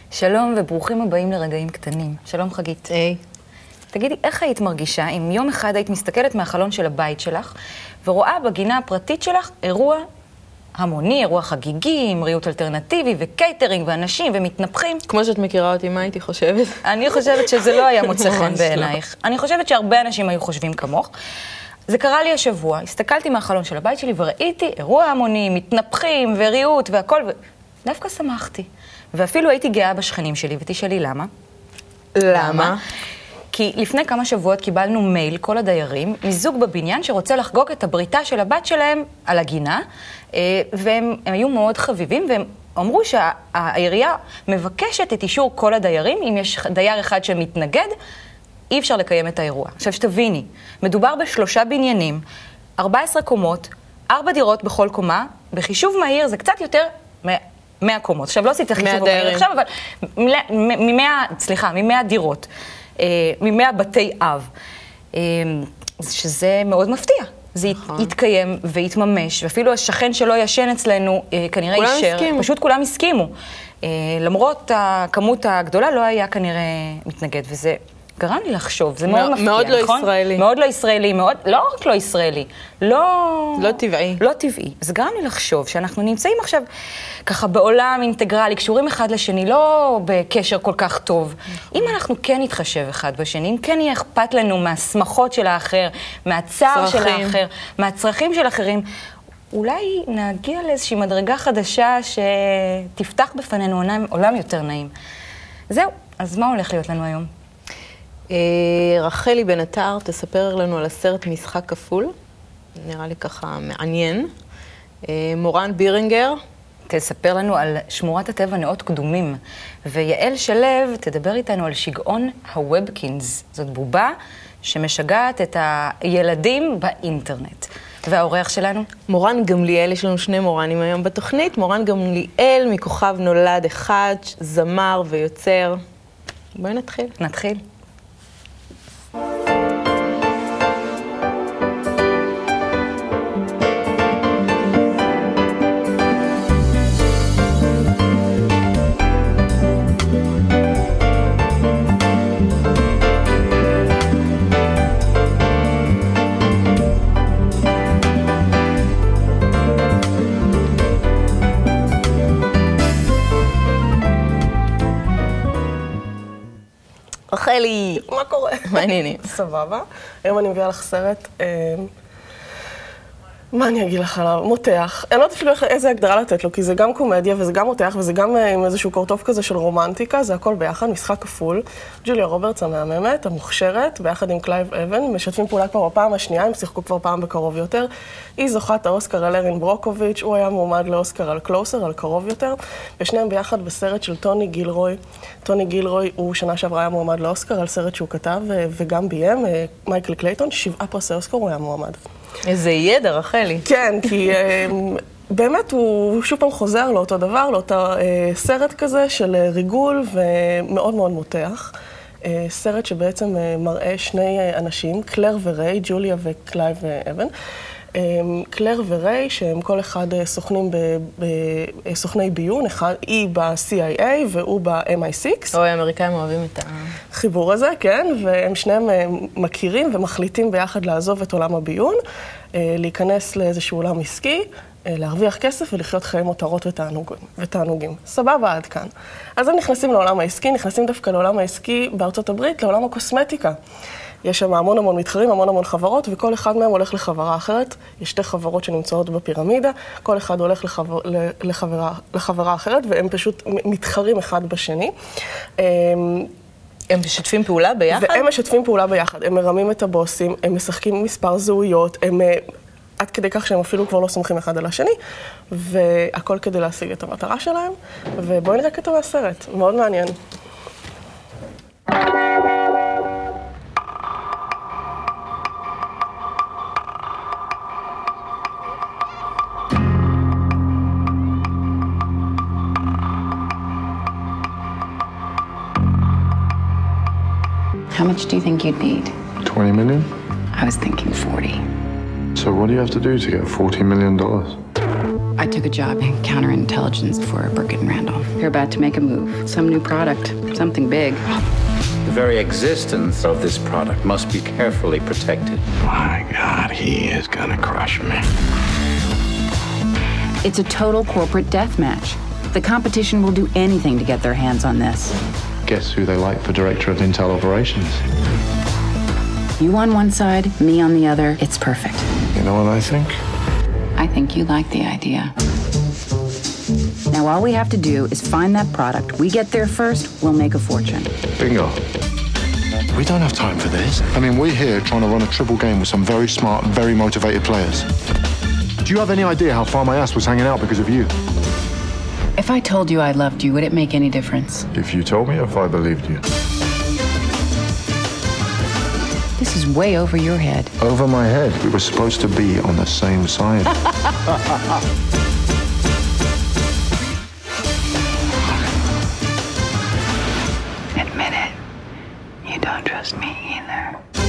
שלום וברוכים הבאים לרגעים קטנים. שלום חגית. היי. תגידי, איך היית מרגישה אם יום אחד היית מסתכלת מהחלון של הבית שלך ורואה בגינה הפרטית שלך אירוע המוני, אירוע חגיגי, עם ריהוט אלטרנטיבי וקייטרינג ואנשים ומתנפחים? כמו שאת מכירה אותי, מה הייתי חושבת? אני חושבת שזה לא היה מוצא חן בעינייך. אני חושבת שהרבה אנשים היו חושבים כמוך. זה קרה לי השבוע, הסתכלתי מהחלון של הבית שלי וראיתי אירוע המוני, מתנפחים וריהוט והכל, ודווקא שמחתי. ואפילו הייתי גאה בשכנים שלי, ותשאלי למה? למה? כי לפני כמה שבועות קיבלנו מייל, כל הדיירים, מזוג בבניין שרוצה לחגוג את הבריתה של הבת שלהם על הגינה, והם היו מאוד חביבים, והם אמרו שהעירייה מבקשת את אישור כל הדיירים, אם יש דייר אחד שמתנגד, אי אפשר לקיים את האירוע. עכשיו שתביני, מדובר ב3 בניינים, 14 קומות, 4 דירות בכל קומה, בחישוב מהיר זה קצת יותר 100 קומות. עכשיו לא עשיתי את החישוב מהיר עכשיו, אבל מ100 דירות, מ100 בתי אב, שזה מאוד מפתיע. זה יתקיים ויתממש, ואפילו השכן שלא ישן אצלנו כנראה יישר. פשוט כולם הסכימו. למרות הכמות הגדולה לא היה כנראה מתנגד, וזה גרם לי לחשוב, זה מאוד מפתיע, מאוד לא נכון? ישראלי. מאוד לא ישראלי, לא רק לא ישראלי, לא טבעי. לא טבעי. זה גרם לי לחשוב שאנחנו נמצאים עכשיו ככה בעולם אינטגרלי, קשורים אחד לשני, לא בקשר כל כך טוב. אם אנחנו כן נתחשב אחד בשני, אם כן יהיה אכפת לנו מהשמחות של האחר, מהצער של האחר, מהצרכים של אחרים, אולי נגיע לאיזושהי מדרגה חדשה שתפתח בפנינו עולם יותר נעים. זהו, אז מה הולך להיות לנו היום? רחלי בן עטר תספר לנו על הסרט משחק כפול, נראה לי ככה מעניין. מורן בירנגר תספר לנו על שמורת הטבע נאות קדומים, ויעל שלו תדבר איתנו על שגעון הוובקינס. זאת בובה שמשגעת את הילדים באינטרנט. והאורח שלנו? מורן גמליאל, יש לנו 2 מורנים היום בתוכנית. מורן גמליאל מכוכב נולד אחד, זמר ויוצר. בואי נתחיל. נתחיל. רחלי, מה קורה? מה העניינים? סבבה. היום אני מביאה לך סרט, מה אני אגיד לך עליו? מותח. אני לא יודעת אפילו איזה הגדרה לתת לו, כי זה גם קומדיה וזה גם מותח וזה גם עם איזשהו קורטוב כזה של רומנטיקה, זה הכל ביחד, משחק כפול. ג'וליה רוברטס המהממת, המוכשרת, ביחד עם קלייב אבן, משתפים פעולה כבר בפעם השנייה, הם שיחקו כבר פעם בקרוב יותר. היא זוכת האוסקר על ארין ברוקוביץ', הוא היה מועמד לאוסקר על קלוסר, על קרוב יותר, ושניהם ביחד בסרט של טוני גילרוי. טוני גילרוי הוא שנה שעברה היה מועמד לאוסקר על סרט שהוא כתב וגם ביים, מייקל קלייטון, 7 פרסי אוסקר הוא היה מועמד. איזה ידע, רחלי. כן, כי באמת הוא שוב פעם חוזר לאותו דבר, לאותו סרט כזה של ריגול ומאוד מאוד מותח. סרט שבעצם מראה 2 אנשים, קלר וריי, ג'וליה וקלייב אבן. קלר וריי, שהם כל אחד סוכני ביון, היא ב-CIA והוא ב-MI6. אוי, האמריקאים אוהבים את החיבור הזה, כן, והם שניהם מכירים ומחליטים ביחד לעזוב את עולם הביון, להיכנס לאיזשהו עולם עסקי, להרוויח כסף ולחיות חיי מותרות ותענוגים. סבבה עד כאן. אז הם נכנסים לעולם העסקי, נכנסים דווקא לעולם העסקי בארצות הברית, לעולם הקוסמטיקה. יש שם המון מתחרים, המון חברות, וכל אחד מהם הולך לחברה אחרת. יש 2 חברות שנמצאות בפירמידה, כל אחד הולך לחברה אחרת, והם פשוט מתחרים אחד בשני. הם משתפים פעולה ביחד? והם משתפים פעולה ביחד. הם מרמים את הבוסים, הם משחקים מספר זהויות, הם עד כדי כך שהם אפילו כבר לא סומכים אחד על השני, והכל כדי להשיג את המטרה שלהם. ובואי נראה קטע מהסרט, מאוד מעניין. How much do you think you'd need? 20 million? I was thinking 40. So what do you have to do to get $40 million? I took a job in counterintelligence for Burkett and Randall. They're about to make a move. Some new product, something big. The very existence of this product must be carefully protected. My God, he is gonna crush me. It's a total corporate death match. The competition will do anything to get their hands on this. Guess who they like for Director of Intel Operations? You on one side, me on the other. It's perfect. You know what I think? I think you like the idea. Now all we have to do is find that product. We get there first, we'll make a fortune. Bingo. We don't have time for this. I mean, we're here trying to run a triple game with some very smart, very motivated players. Do you have any idea how far my ass was hanging out because of you? If I told you I loved you, would it make any difference? If you told me, if I believed you. This is way over your head. Over my head. We were supposed to be on the same side. Admit it. You don't trust me either.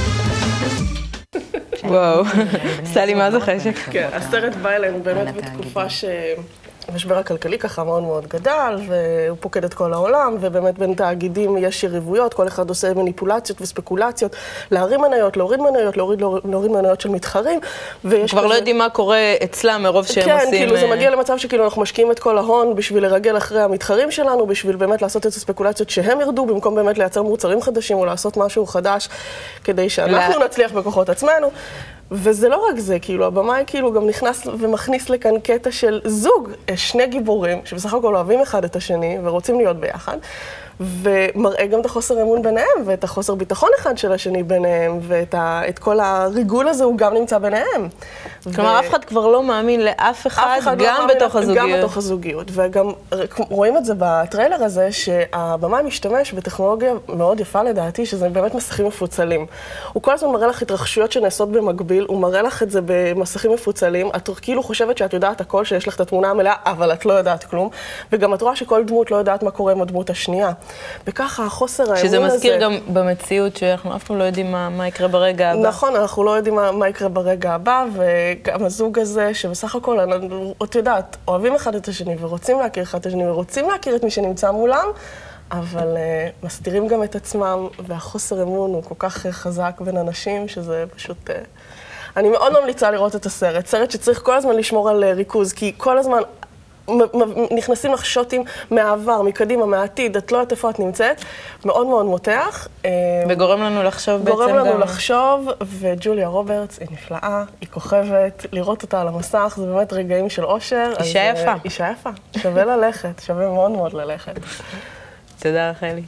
וואו, עשה לי מה זה חשק. כן, הסרט בא אלינו באמת בתקופה שהמשבר הכלכלי ככה מאוד מאוד גדל, והוא פוקד את כל העולם, ובאמת בין תאגידים יש יריבויות, כל אחד עושה מניפולציות וספקולציות, להרים מניות, להוריד מניות, להוריד מניות של מתחרים, כבר לא יודעים מה קורה אצלם מרוב שהם עושים... כן, כאילו זה מגיע למצב שכאילו אנחנו משקיעים את כל ההון בשביל לרגל אחרי המתחרים שלנו, בשביל באמת לעשות את הספקולציות שהם ירדו, במקום באמת לייצר מוצרים חדשים או לעשות משהו חדש, כדי שאנחנו נצליח בכוחות עצמנו. וזה לא רק זה, כאילו, הבמאי כאילו גם נכנס ומכניס לכאן קטע של זוג, שני גיבורים, שבסך הכל אוהבים אחד את השני ורוצים להיות ביחד, ומראה גם את החוסר אמון ביניהם, ואת החוסר ביטחון אחד של השני ביניהם, ואת כל הריגול הזה הוא גם נמצא ביניהם. כלומר, אף אחד כבר לא מאמין לאף אחד, גם בתוך הזוגיות. גם בתוך הזוגיות, וגם רואים את זה בטריילר הזה, שהבמאי משתמש בטכנולוגיה מאוד יפה לדעתי, שזה באמת מסכים מפוצלים. הוא כל הזמן מראה לך התרחשויות שנעשות במקביל, הוא מראה לך את זה במסכים מפוצלים, את כאילו חושבת שאת יודעת הכל, שיש לך את התמונה המלאה, אבל את לא יודעת כלום, וגם את רואה שכל דמות לא יודעת מה קורה עם הדמות השנייה. וככה החוסר האמון הזה... שזה מזכיר גם במציאות שאנחנו אף פעם לא יודעים מה יקרה ברגע הבא. נכון, אנחנו לא יודעים מה יקרה ברגע הבא, וגם הזוג הזה שבסך הכל, את יודעת, אוהבים אחד את השני ורוצים להכיר אחד את השני ורוצים להכיר את מי שנמצא מולם, אבל מסתירים גם את עצמם, והחוסר אמון הוא כל כך חזק בין אנשים, שזה פשוט... אני מאוד ממליצה לראות את הסרט, סרט שצריך כל הזמן לשמור על ריכוז, כי כל הזמן... נכנסים לך שוטים מהעבר, מקדימה, מהעתיד, את לא יודעת איפה את נמצאת, מאוד מאוד מותח. וגורם לנו לחשוב בעצם גם... גורם לנו לחשוב, וג'וליה רוברטס היא נפלאה, היא כוכבת, לראות אותה על המסך, זה באמת רגעים של אושר. אישה יפה. אישה יפה, שווה ללכת, שווה מאוד מאוד ללכת. תודה רחלי.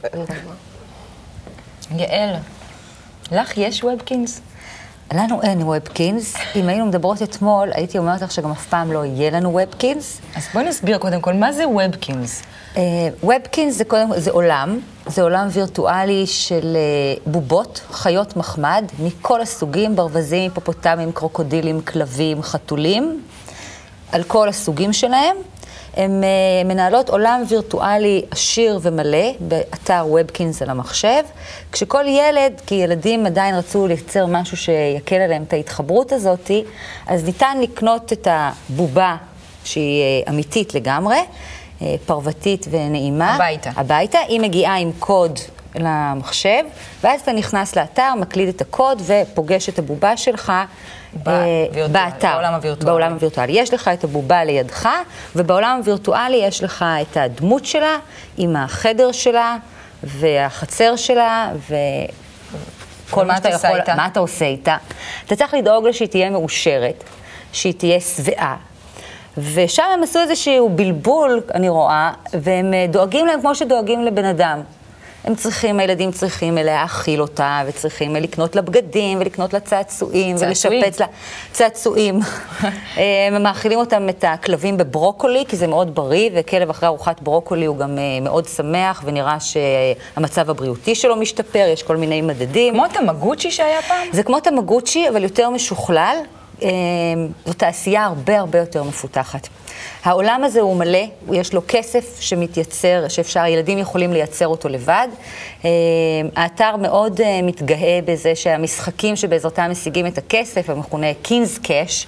יעל, לך יש ובקינס? לנו אין ובקינס. אם היינו מדברות אתמול, הייתי אומרת לך שגם אף פעם לא יהיה לנו ובקינס. אז בואי נסביר קודם כל, מה זה ובקינס? ובקינס זה עולם, זה עולם וירטואלי של בובות, חיות מחמד, מכל הסוגים, ברווזים, היפופוטמים, קרוקודילים, כלבים, חתולים, על כל הסוגים שלהם. הן מנהלות עולם וירטואלי עשיר ומלא באתר ובקינס על המחשב, כשכל ילד, כי ילדים עדיין רצו לייצר משהו שיקל עליהם את ההתחברות הזאת, אז ניתן לקנות את הבובה שהיא אמיתית לגמרי, פרוותית ונעימה. הביתה. היא מגיעה עם קוד למחשב, ואז אתה נכנס לאתר, מקליד את הקוד ופוגש את הבובה שלך, באתר, בעולם הווירטואלי. יש לך את הבובה לידך, ובעולם הווירטואלי יש לך את הדמות שלה, עם החדר שלה, והחצר שלה, וכל מה שאתה יכול, מה אתה עושה איתה. אתה צריך לדאוג לה שהיא תהיה מאושרת, שהיא תהיה שבעה. ושם הם עשו איזשהו בלבול, אני רואה, והם דואגים להם כמו שדואגים לבן אדם. הילדים צריכים להאכיל אותה, וצריכים לקנות לה בגדים, ולקנות לה צעצועים, ולשפץ לה צעצועים. הם מאכילים אותם את הכלבים בברוקולי, כי זה מאוד בריא, וכלב אחרי ארוחת ברוקולי הוא גם מאוד שמח, ונראה שהמצב הבריאותי שלו משתפר, יש כל מיני מדדים. כמו תמגוצ'י שהיה פעם? זה כמו תמגוצ'י, אבל יותר משוכלל. זו תעשייה הרבה יותר מפותחת. העולם הזה הוא מלא, יש לו כסף שמתייצר, ילדים יכולים לייצר אותו לבד. האתר מאוד מתגאה בזה שהמשחקים שבעזרתם משיגים את הכסף, המכונה קינס קאש,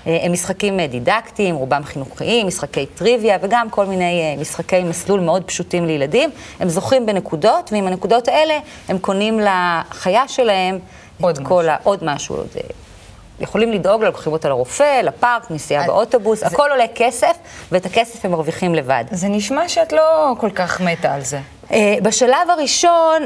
הם משחקים דידקטיים, רובם חינוכיים, משחקי טריוויה, וגם כל מיני משחקי מסלול מאוד פשוטים לילדים. הם זוכים בנקודות, ועם הנקודות האלה הם קונים לחיה שלהם עוד משהו. יכולים לדאוג, לוקחים אותה לרופא, לפארק, נסיעה באוטובוס, הכל עולה כסף, ואת הכסף הם מרוויחים לבד. זה נשמע שאת לא כל כך מתה על זה. בשלב הראשון,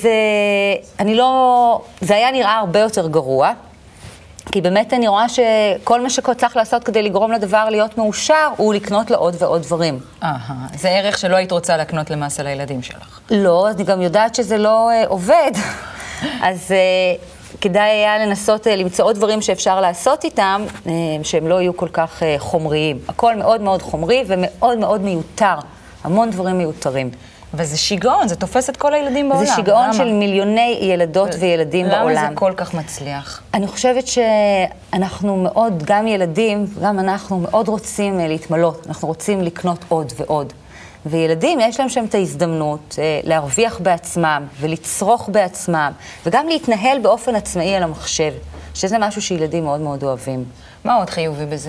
זה היה נראה הרבה יותר גרוע, כי באמת אני רואה שכל מה שצריך לעשות כדי לגרום לדבר להיות מאושר, הוא לקנות לו עוד ועוד דברים. זה ערך שלא היית רוצה לקנות למעשה לילדים שלך. לא, אני גם יודעת שזה לא עובד. אז כדאי היה לנסות למצוא עוד דברים שאפשר לעשות איתם, שהם לא יהיו כל כך חומריים. הכל מאוד מאוד חומרי ומאוד מאוד מיותר. המון דברים מיותרים. וזה שיגעון, זה תופס את כל הילדים בעולם. זה שיגעון של מיליוני ילדות וילדים בעולם. למה זה כל כך מצליח? אני חושבת שאנחנו מאוד, גם ילדים, גם אנחנו מאוד רוצים להתמלות. אנחנו רוצים לקנות עוד ועוד. וילדים יש להם שם את ההזדמנות להרוויח בעצמם ולצרוך בעצמם, וגם להתנהל באופן עצמאי על המחשב, שזה משהו שילדים מאוד מאוד אוהבים. מה עוד חיובי בזה?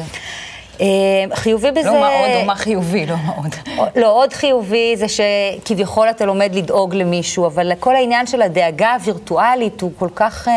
חיובי בזה... לא מה עוד או מה חיובי, לא מה עוד. לא, עוד חיובי זה שכביכול אתה לומד לדאוג למישהו, אבל כל העניין של הדאגה הווירטואלית הוא כל כך...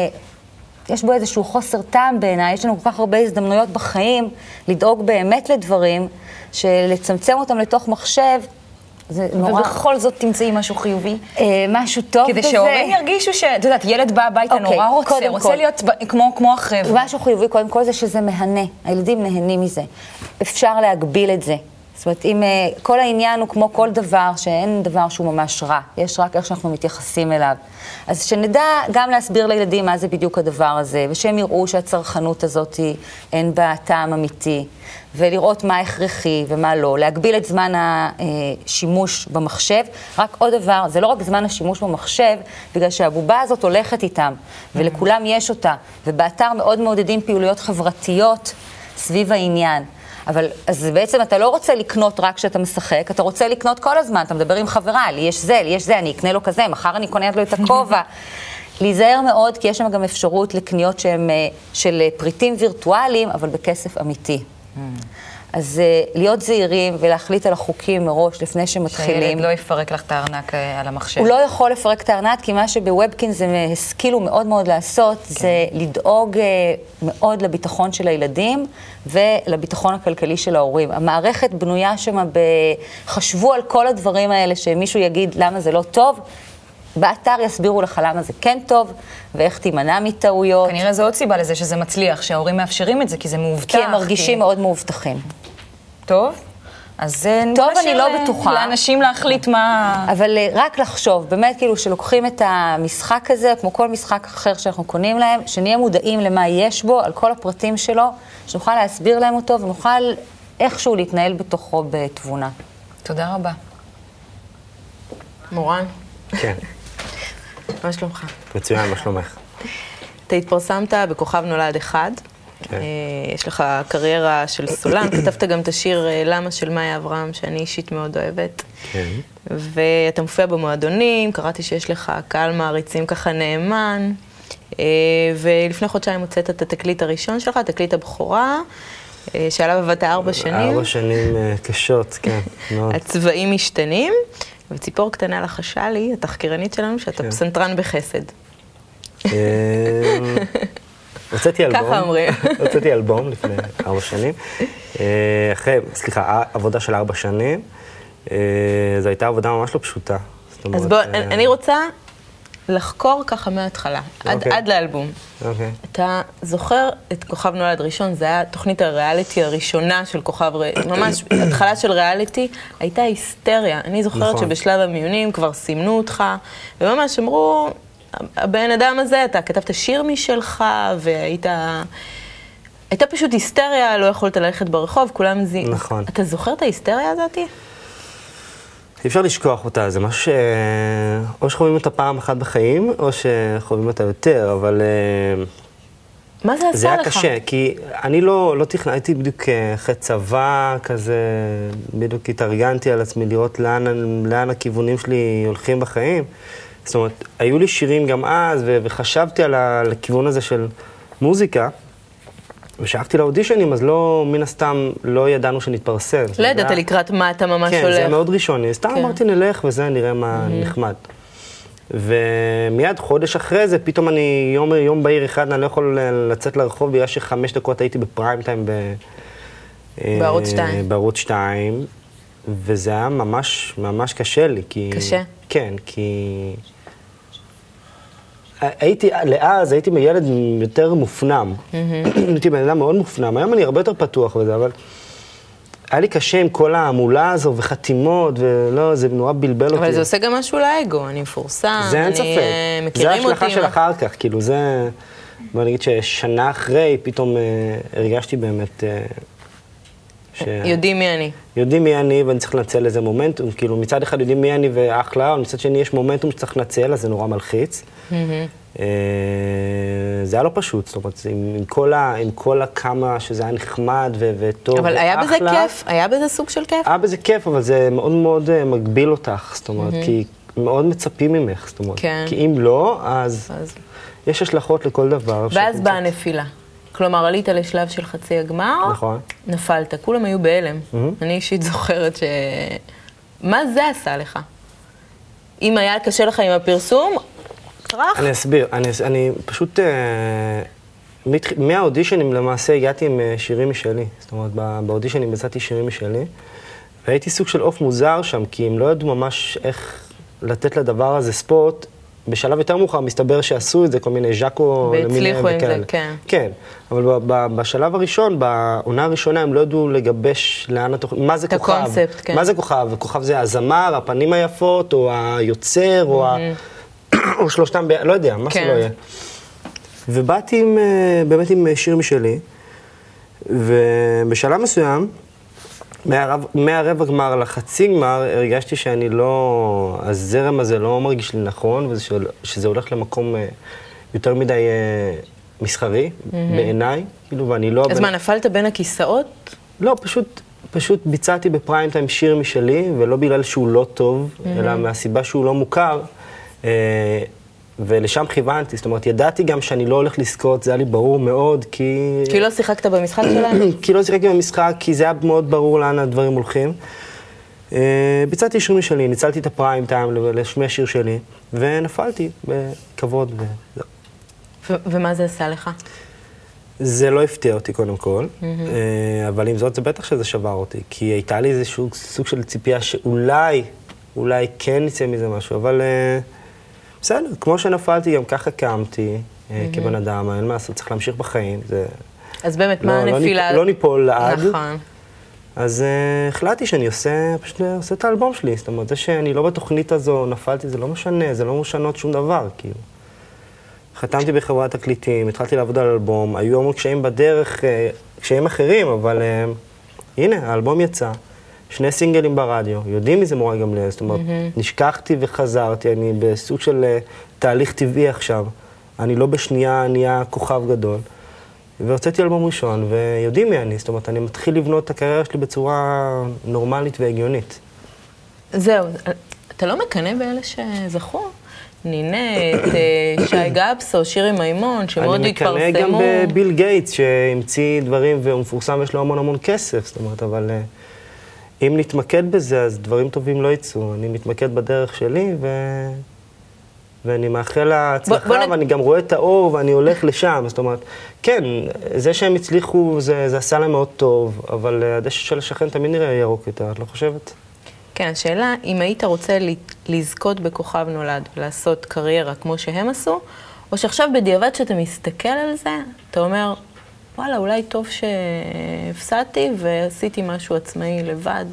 יש בו איזשהו חוסר טעם בעיניי, יש לנו כל כך הרבה הזדמנויות בחיים לדאוג באמת לדברים, שלצמצם אותם לתוך מחשב, זה נורא... ובכל זאת תמצאי משהו חיובי? משהו טוב בזה. כדי שהורים ירגישו את יודעת, ילד בא הביתה נורא רוצה להיות כמו החבר'ה. משהו חיובי, קודם כל זה שזה מהנה. הילדים נהנים מזה. אפשר להגביל את זה. זאת אומרת, אם כל העניין הוא כמו כל דבר, שאין דבר שהוא ממש רע. יש רק איך שאנחנו מתייחסים אליו. אז שנדע גם להסביר לילדים מה זה בדיוק הדבר הזה, ושהם יראו שהצרכנות הזאת אין בה טעם אמיתי, ולראות מה הכרחי ומה לא, להגביל את זמן השימוש במחשב. רק עוד דבר, זה לא רק זמן השימוש במחשב, בגלל שהבובה הזאת הולכת איתם, ולכולם יש אותה, ובאתר מאוד מעודדים פעילויות חברתיות סביב העניין. אבל אז בעצם אתה לא רוצה לקנות רק כשאתה משחק, אתה רוצה לקנות כל הזמן, אתה מדבר עם חברה, לי יש זה, אני אקנה לו כזה, מחר אני קונה לו את הכובע. להיזהר מאוד, כי יש שם גם אפשרות לקניות שהן של פריטים וירטואליים, אבל בכסף אמיתי. אז להיות זהירים ולהחליט על החוקים מראש לפני שמתחילים. שהילד לא יפרק לך את הארנק על המחשב. הוא לא יכול לפרק את הארנק, כי מה שבוובקינס הם השכילו מאוד מאוד לעשות, זה לדאוג מאוד לביטחון של הילדים ולביטחון הכלכלי של ההורים. המערכת בנויה שם, חשבו על כל הדברים האלה שמישהו יגיד למה זה לא טוב, באתר יסבירו לך למה זה כן טוב, ואיך תימנע מטעויות. כנראה זו עוד סיבה לזה שזה מצליח, שההורים מאפשרים את זה, כי זה מאובטח. כי הם מרגישים מאוד מאובטחים. טוב, אז זה טוב, אני לא בטוחה. לאנשים להחליט מה... אבל רק לחשוב, באמת כאילו שלוקחים את המשחק הזה, כמו כל משחק אחר שאנחנו קונים להם, שנהיה מודעים למה יש בו, על כל הפרטים שלו, שנוכל להסביר להם אותו, ונוכל איכשהו להתנהל בתוכו בתבונה. תודה רבה. מורן. כן. מה שלומך? מצוין, מה שלומך? אתה התפרסמת בכוכב נולד אחד. כן. יש לך קריירה של סולן, כתבת גם את השיר למה של מאיה אברהם, שאני אישית מאוד אוהבת. כן. ואתה מופיע במועדונים, קראתי שיש לך קהל מעריצים ככה נאמן, ולפני חודשיים הוצאת את התקליט הראשון שלך, תקליט הבכורה, שעליו עבדת 4 שנים. 4 שנים קשות, כן. מאוד. הצבעים משתנים, וציפור קטנה לחשה לי, התחקירנית שלנו, שאתה פסנתרן בחסד. הוצאתי אלבום. ככה אומרים. הוצאתי אלבום לפני 4 שנים. עבודה של 4 שנים. זו הייתה עבודה ממש לא פשוטה. אז בוא, אני רוצה לחקור ככה מההתחלה, עד לאלבום. אתה זוכר את כוכב נולד ראשון, זה היה תוכנית הריאליטי הראשונה של כוכב, ממש התחלה של ריאליטי, הייתה היסטריה. אני זוכרת שבשלב המיונים כבר סימנו אותך, וממש אמרו, הבן אדם הזה, אתה כתבת שיר משלך, והייתה פשוט היסטריה, לא יכולת ללכת ברחוב, כולם זה... נכון. אתה זוכר את ההיסטריה הזאת? אי אפשר לשכוח אותה, זה משהו או שחווים אותה פעם אחת בחיים, או שחווים אותה יותר, אבל... מה זה עשה לך? זה היה קשה, כי אני לא תכננתי בדיוק אחרי צבא כזה, בדיוק התארגנתי על עצמי לראות לאן הכיוונים שלי הולכים בחיים. זאת אומרת, היו לי שירים גם אז, וחשבתי על הכיוון הזה של מוזיקה, ושאפתי לאודישנים, אז לא, מן הסתם, לא ידענו שנתפרסם. לא ידעת לקראת מה אתה ממש הולך. כן, זה היה מאוד ראשוני. סתם אמרתי נלך וזה, נראה מה נחמד. ומיד חודש אחרי זה, פתאום אני יום בהיר אחד, אני לא יכול לצאת לרחוב, בגלל ש5 דקות הייתי בפריים טיים בערוץ 2. בערוץ 2, וזה היה ממש, ממש קשה לי, כי... קשה? כן, כי... הייתי ילד יותר מופנם. הייתי בן אדם מאוד מופנם. היום אני הרבה יותר פתוח וזה, אבל... היה לי קשה עם כל העמולה הזו וחתימות, ולא, זה נורא בלבל אותי. אבל זה עושה גם משהו לאגו, אני מפורסם, זה אין ספק. זה ההשלכה של אחר כך, כאילו זה... בוא נגיד ששנה אחרי, פתאום הרגשתי באמת... יודעים מי אני. יודעים מי אני, ואני צריך לנצל איזה מומנטום. כאילו, מצד אחד יודעים מי אני ואחלה, אבל מצד שני יש מומנטום שצריך לנצל, אז זה נורא מלחיץ. זה היה לא פשוט, זאת אומרת, עם כל הכמה שזה היה נחמד וטוב אבל היה בזה כיף? היה בזה סוג של כיף? היה בזה כיף, אבל זה מאוד מאוד מגביל אותך, זאת אומרת, כי מאוד מצפים ממך, זאת אומרת. כי אם לא, אז יש השלכות לכל דבר. ואז באה הנפילה. כלומר, עלית לשלב של חצי הגמר, נכון. נפלת, כולם היו בהלם. אני אישית זוכרת מה זה עשה לך? אם היה קשה לך עם הפרסום, טרח? אני אסביר, אני פשוט, מהאודישנים למעשה הגעתי עם שירים משלי. זאת אומרת, באודישנים מצאתי שירים משלי, והייתי סוג של אוף מוזר שם, כי הם לא ידעו ממש איך לתת לדבר הזה ספוט. בשלב יותר מאוחר מסתבר שעשו את זה, כל מיני ז'אקו והצליחו עם זה, כן. כן, אבל בשלב הראשון, בעונה הראשונה, הם לא ידעו לגבש לאן התוכנית, מה זה כוכב. את הקונספט, כן. מה זה כוכב? כוכב זה הזמר, הפנים היפות, או היוצר, או שלושתם, לא יודע, מה זה לא יהיה. ובאתי באמת עם שיר משלי, ובשלב מסוים, מהרבע גמר לחצי גמר, הרגשתי שאני לא, הזרם הזה לא מרגיש לי נכון, ושזה הולך למקום יותר מדי מסחרי, בעיניי, כאילו, ואני לא... אז מה, נפלת בין הכיסאות? לא, פשוט ביצעתי בפריים טיים שיר משלי, ולא בגלל שהוא לא טוב, אלא מהסיבה שהוא לא מוכר, ולשם כיוונתי, זאת אומרת, ידעתי גם שאני לא הולך לזכות, זה היה לי ברור מאוד, כי... כי לא שיחקת במשחק שלהם? כי לא שיחקתי במשחק, כי זה היה מאוד ברור לאן הדברים הולכים. ביצעתי שיר משלי, ניצלתי את הפריים טיים לשמי השיר שלי, ונפלתי בכבוד וזהו. ומה זה עשה לך? זה לא הפתיע אותי קודם כל, אבל עם זאת זה בטח שזה שבר אותי, כי הייתה לי איזשהו סוג של ציפייה שאולי כן יצא מזה משהו, אבל... בסדר, כמו שנפלתי, גם ככה קמתי כבן אדם, אין מה לעשות, צריך להמשיך בחיים. אז באמת, מה הנפילה? לא ניפול לעד. נכון. אז החלטתי שאני פשוט עושה את האלבום שלי. זאת אומרת, זה שאני לא בתוכנית הזו נפלתי, זה לא משנה, זה לא משנות שום דבר, כאילו. חתמתי בחברת תקליטים, התחלתי לעבוד על אלבום, היו המון קשיים בדרך, קשיים אחרים, אבל הנה, האלבום יצא. 2 סינגלים ברדיו, יודעים מזה מורה גמליאל, זאת אומרת, נשכחתי וחזרתי, אני בסוג של תהליך טבעי עכשיו, אני לא בשנייה נהיה כוכב גדול, והוצאתי אלבום ראשון, ויודעים מי אני, זאת אומרת, אני מתחיל לבנות את הקריירה שלי בצורה נורמלית והגיונית. זהו, אתה לא מקנא באלה שזכו? נינת, שי גבסו, שירי מימון, שמאוד התפרסמו. אני מקנא גם בביל גייטס, שהמציא דברים והוא מפורסם ויש לו המון כסף, זאת אומרת, אבל... אם נתמקד בזה, אז דברים טובים לא יצאו. אני מתמקד בדרך שלי, ואני מאחל להצלחה, ואני גם רואה את האור, ואני הולך לשם. זאת אומרת, כן, זה שהם הצליחו, זה עשה להם מאוד טוב, אבל הדשא של השכן תמיד נראה ירוק יותר, את לא חושבת? כן, השאלה, אם היית רוצה לזכות בכוכב נולד, ולעשות קריירה כמו שהם עשו, או שעכשיו בדיעבד שאתה מסתכל על זה, אתה אומר, וואלה, אולי טוב שהפסדתי ועשיתי משהו עצמאי לבד.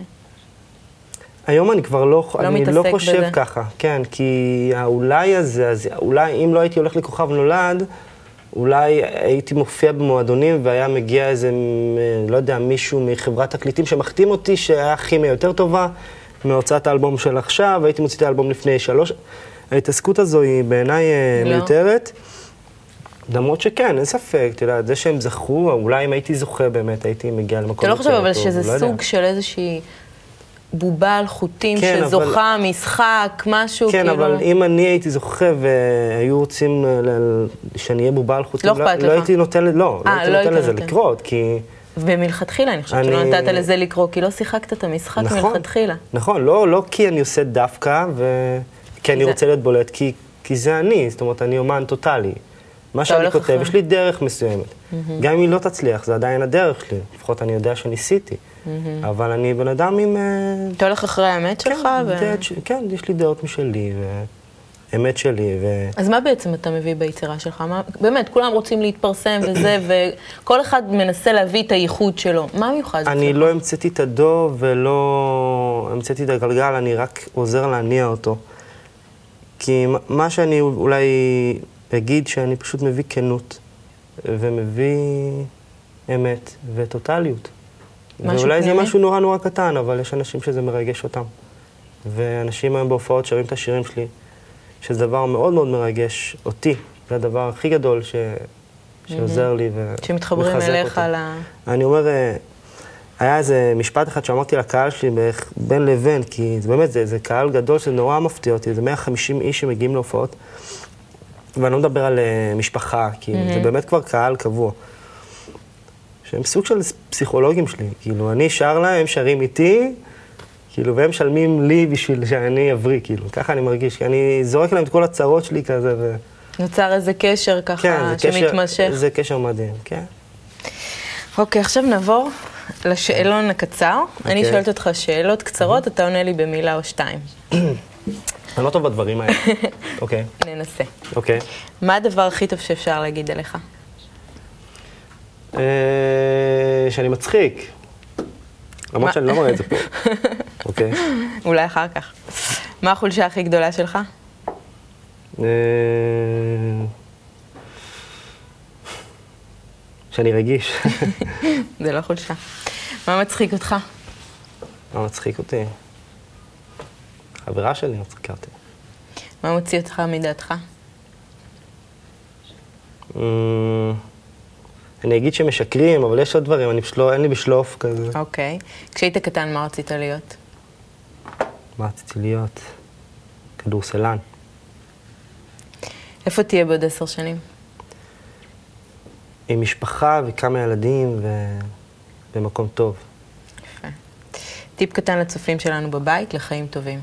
היום אני כבר לא חושב בזה. ככה, כן, כי האולי הזה, אולי אם לא הייתי הולך לכוכב נולד, אולי הייתי מופיע במועדונים והיה מגיע איזה, לא יודע, מישהו מחברת תקליטים שמחתים אותי שהיה כימיה יותר טובה מהוצאת האלבום של עכשיו, הייתי מוציא את האלבום לפני 3. ההתעסקות הזו היא בעיניי מיותרת. למרות שכן, אין ספק, אתה יודע, זה שהם זכו, אולי אם הייתי זוכה באמת, הייתי מגיע למקום... אתה לא חושב אבל שזה סוג של איזושהי בובה על חוטים שזוכה, משחק, משהו כאילו... כן, כאילו... אבל אם אני הייתי זוכה והיו רוצים שאני אהיה בובה על חוטים, לא הייתי נותן לזה לקרות, כי... ומלכתחילה, אני חושבת שלא נתת לזה לקרוא, כי לא שיחקת את המשחק מלכתחילה. נכון, לא כי אני עושה דווקא, כי אני רוצה להיות בולט, כי זה אני, זאת אומרת, אני אומן טוטלי. מה שאני כותב, יש לי דרך מסוימת. גם אם היא לא תצליח, זה עדיין הדרך שלי. לפחות אני יודע שניסיתי. אבל אני בן אדם עם... אתה הולך אחרי האמת שלך? כן, יש לי דעות משלי, ואמת שלי. אז מה בעצם אתה מביא ביצירה שלך? באמת, כולם רוצים להתפרסם וזה, וכל אחד מנסה להביא את הייחוד שלו. מה מיוחד אצלך? אני לא המצאתי את הדוב ולא המצאתי את הגלגל, אני רק עוזר להניע אותו. כי מה שאני אולי אגיד, שאני פשוט מביא כנות, ומביא אמת וטוטליות. ואולי זה משהו נורא נורא קטן, אבל יש אנשים שזה מרגש אותם. ואנשים היום בהופעות שרים את השירים שלי, שזה דבר מאוד מאוד מרגש אותי. זה הדבר הכי גדול שעוזר לי ומחזק אותי. שמתחברים אליך אני אומר, היה איזה משפט אחד שאמרתי לקהל שלי בין לבין, כי זה באמת, זה קהל גדול שזה נורא מפתיע אותי, זה 150 איש שמגיעים להופעות, ואני לא מדבר על משפחה, כי זה באמת כבר קהל קבוע. שהם סוג של פסיכולוגים שלי, כאילו, אני שר להם, הם שרים איתי, כאילו, והם משלמים לי בשביל שאני אבריא, כאילו, ככה אני מרגיש, כי אני זורק להם את כל הצרות שלי כזה, נוצר איזה קשר ככה, שמתמשך. זה קשר מדהים, כן. אוקיי, עכשיו נעבור לשאלון הקצר. אני שואלת אותך שאלות קצרות, אתה עונה לי במילה או שתיים. אני לא טוב בדברים האלה. אוקיי. ננסה. אוקיי. מה הדבר הכי טוב שאפשר להגיד עליך? שאני מצחיק. למרות שאני לא מראה את זה פה. אוקיי. אולי אחר כך. מה החולשה הכי גדולה שלך? שאני רגיש. זה לא חולשה. מה מצחיק אותך? מה מצחיק אותי? חברה שלי מצחיקה אותי. מה מוציא אותך מדעתך? אני אגיד שמשקרים, אבל יש עוד דברים, אין לי בשלוף כזה. אוקיי. כשהיית קטן, מה רצית להיות? מה רציתי להיות? כדורסלן. איפה תהיה בעוד 10 שנים? עם משפחה וכמה ילדים ובמקום טוב. יפה. טיפ קטן לצופים שלנו בבית, לחיים טובים.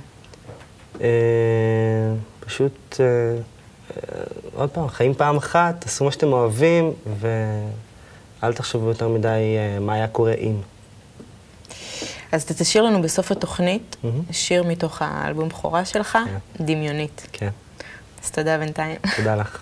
פשוט, עוד פעם, חיים פעם אחת, תעשו מה שאתם אוהבים, ואל תחשבו יותר מדי מה היה קורה אם. אז אתה תשאיר לנו בסוף התוכנית, שיר מתוך האלבום בכורה שלך, דמיונית. כן. אז תודה בינתיים. תודה לך.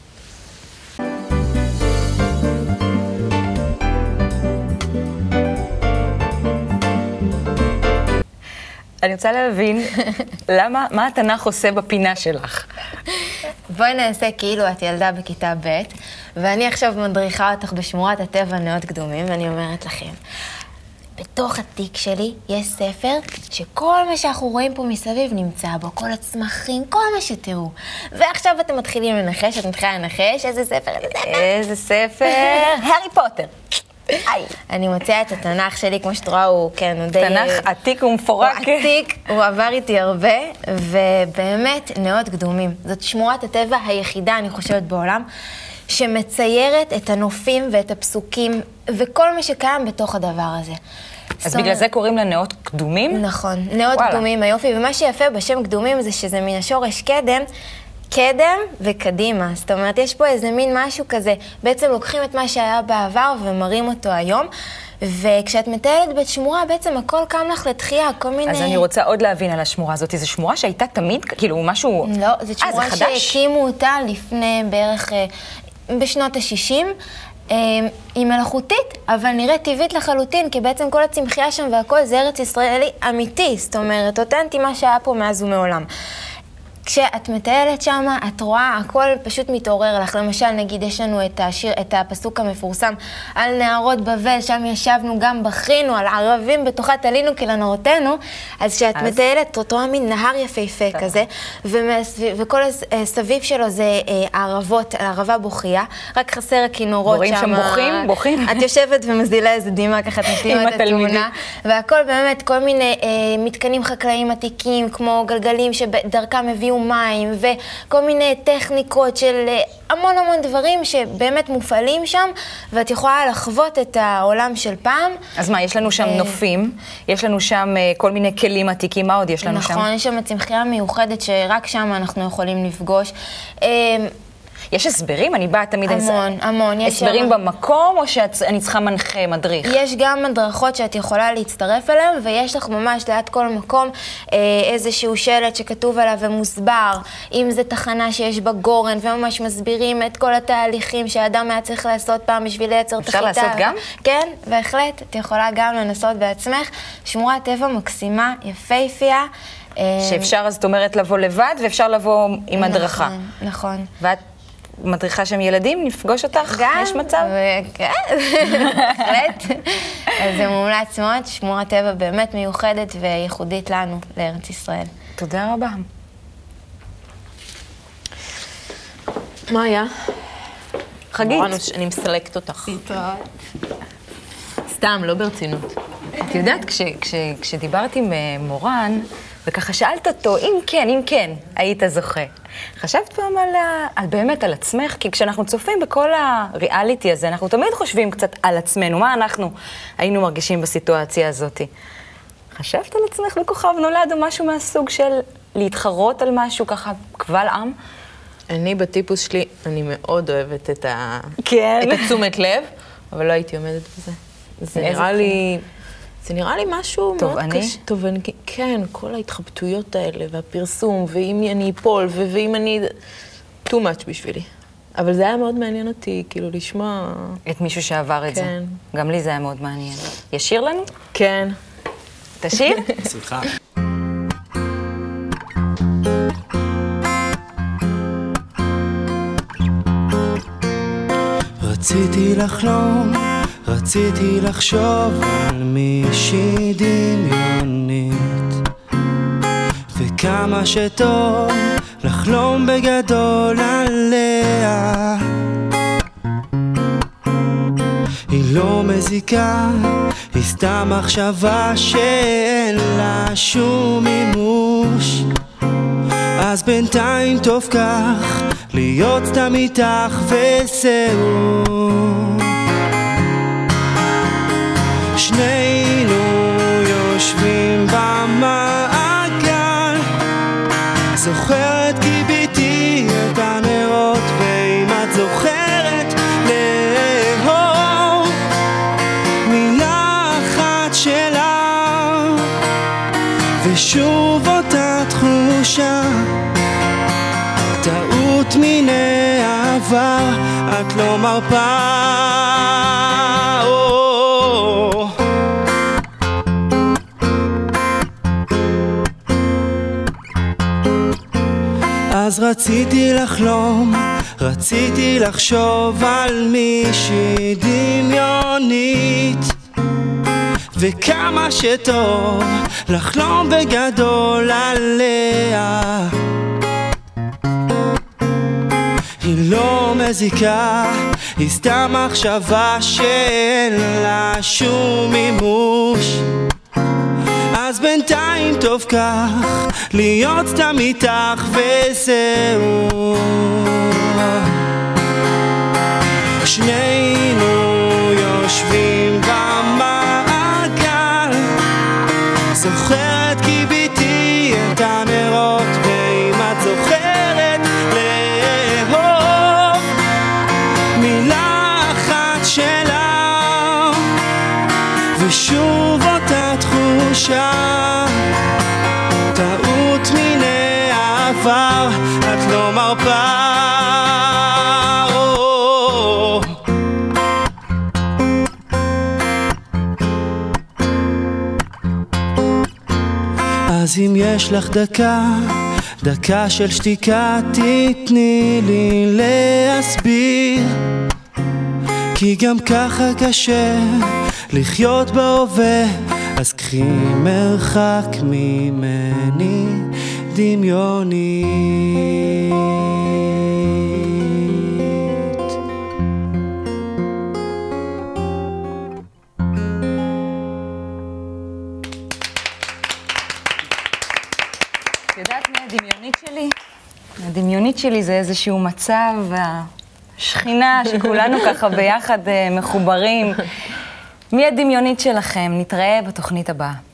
אני רוצה להבין מה התנ"ך עושה בפינה שלך. בואי נעשה כאילו את ילדה בכיתה ב' ואני עכשיו מדריכה אותך בשמורת הטבע נאות קדומים, ואני אומרת לכם, בתוך התיק שלי יש ספר שכל מה שאנחנו רואים פה מסביב נמצא בו, כל הצמחים, כל מה שתראו. ועכשיו אתם מתחילים לנחש, את מתחילה לנחש, איזה ספר? איזה ספר? הארי פוטר. אני מוצאה את התנ"ך שלי, כמו שאת רואה, הוא כן, הוא די... תנ"ך עתיק ומפורק. הוא עתיק, הוא עבר איתי הרבה, ובאמת נאות קדומים. זאת שמורת הטבע היחידה, אני חושבת, בעולם, שמציירת את הנופים ואת הפסוקים, וכל מה שקיים בתוך הדבר הזה. אז בגלל זה קוראים לה נאות קדומים? נכון, נאות קדומים, היופי. ומה שיפה בשם קדומים זה שזה מן השורש קדם, קדם וקדימה. זאת אומרת, יש פה איזה מין משהו כזה, בעצם לוקחים את מה שהיה בעבר ומראים אותו היום, וכשאת מטיילת בשמורה, בעצם הכל קם לך לתחייה, כל מיני... אז אני רוצה עוד להבין על השמורה הזאת. זו שמורה שהייתה תמיד, כאילו משהו... לא, זו שמורה שהקימו אותה לפני בערך בשנות ה-60, היא מלאכותית, אבל נראית טבעית לחלוטין, כי בעצם כל הצמחייה שם והכל זה ארץ ישראלי אמיתי, זאת אומרת, אותנטי מה שהיה פה מאז ומעולם. כשאת מטיילת שם, את רואה, הכל פשוט מתעורר לך. למשל, נגיד, יש לנו את השיר, את הפסוק המפורסם על נהרות בבל, שם ישבנו גם בכינו, על ערבים בתוכה תלינו כלנורותינו, אז כשאת מטיילת, את רואה מין נהר יפהפה כזה, וכל הסביב שלו זה ערבות, ערבה בוכייה, רק חסר הכינורות שם. רואים שם בוכים? את יושבת ומזדילה איזה דימה, ככה תשלימה את התמונה, והכל באמת, כל מיני מתקנים חקלאיים עתיקים, כמו גלגלים שדרכם הביאו מים, וכל מיני טכניקות של המון דברים שבאמת מופעלים שם, ואת יכולה לחוות את העולם של פעם. אז מה, יש לנו שם נופים, יש לנו שם כל מיני כלים עתיקים, מה עוד יש לנו שם? נכון, יש שם צמחייה מיוחדת שרק שם אנחנו יכולים לפגוש. יש הסברים? אני באה תמיד... המון. הסברים במקום, או שאני צריכה מנחה, מדריך? יש גם מדרכות שאת יכולה להצטרף אליהם, ויש לך ממש ליד כל מקום איזשהו שלט שכתוב עליו ומוסבר, אם זה תחנה שיש בה גורן, וממש מסבירים את כל התהליכים שהאדם היה צריך לעשות פעם בשביל לייצר את החיטה. אפשר לעשות גם? כן, בהחלט. את יכולה גם לנסות בעצמך. שמורת טבע מקסימה, יפהפייה. שאפשר, אז את אומרת, לבוא לבד, ואפשר לבוא עם הדרכה. נכון. ואת מדריכה שם ילדים, נפגוש אותך? גם. יש מצב? כן, בהחלט. אז זה מומלץ מאוד, שמורת טבע באמת מיוחדת וייחודית לנו, לארץ ישראל. תודה רבה. מה היה? חגית. אני מסלקת אותך. סתם, לא ברצינות. את יודעת, כשדיברתי עם מורן, וככה שאלת אותו, אם כן, היית זוכה. חשבת פעם באמת על עצמך? כי כשאנחנו צופים בכל הריאליטי הזה, אנחנו תמיד חושבים קצת על עצמנו, מה אנחנו היינו מרגישים בסיטואציה הזאת. חשבת על עצמך בכוכב נולד או משהו מהסוג של להתחרות על משהו ככה קבל עם? אני בטיפוס שלי, אני מאוד אוהבת את התשומת לב, אבל לא הייתי עומדת בזה. זה נראה לי משהו מאוד קשה. תובעני. כן, כל ההתחבטויות האלה, והפרסום, ואם אני אפול, ואם אני... too much בשבילי. אבל זה היה מאוד מעניין אותי, כאילו, לשמוע... את מישהו שעבר את זה. כן. גם לי זה היה מאוד מעניין. ישיר לנו? כן. תשיר? בשמחה. רציתי לחלום, רציתי לחשוב על מישהי דמיונית, וכמה שטוב לחלום בגדול עליה. היא לא מזיקה, היא סתם מחשבה שאין לה שום מימוש, אז בינתיים טוב כך להיות סתם איתך וזהו. שנינו יושבים במעגל, זוכרת כי ביתי את הנרות, ואם את זוכרת לאהוב מילה אחת שלה, ושוב אותה תחושה, טעות מן העבר, את לא מרפה. אז רציתי לחלום, רציתי לחשוב על מישהי דמיונית, וכמה שטוב לחלום בגדול עליה. היא לא מזיקה, היא סתם מחשבה שאין לה שום מימוש, אז בינתיים טוב כך להיות סתם איתך וזהו. שנינו יושבים במעגל, זוכרת כי ביתי את הנרות, ואם את זוכרת לאהוב מילה אחת שלה, ושוב אותה תחושה, טעות מן העבר, את לא מרפה. אז אם יש לך דקה של שתיקה תתני לי להסביר, כי גם ככה קשה לחיות בהווה, אז קחי מרחק ממני דמיונית. יודעת מי הדמיונית שלי? הדמיונית שלי זה איזשהו מצב, השכינה שכולנו ככה ביחד מחוברים. מי הדמיונית שלכם? נתראה בתוכנית הבאה.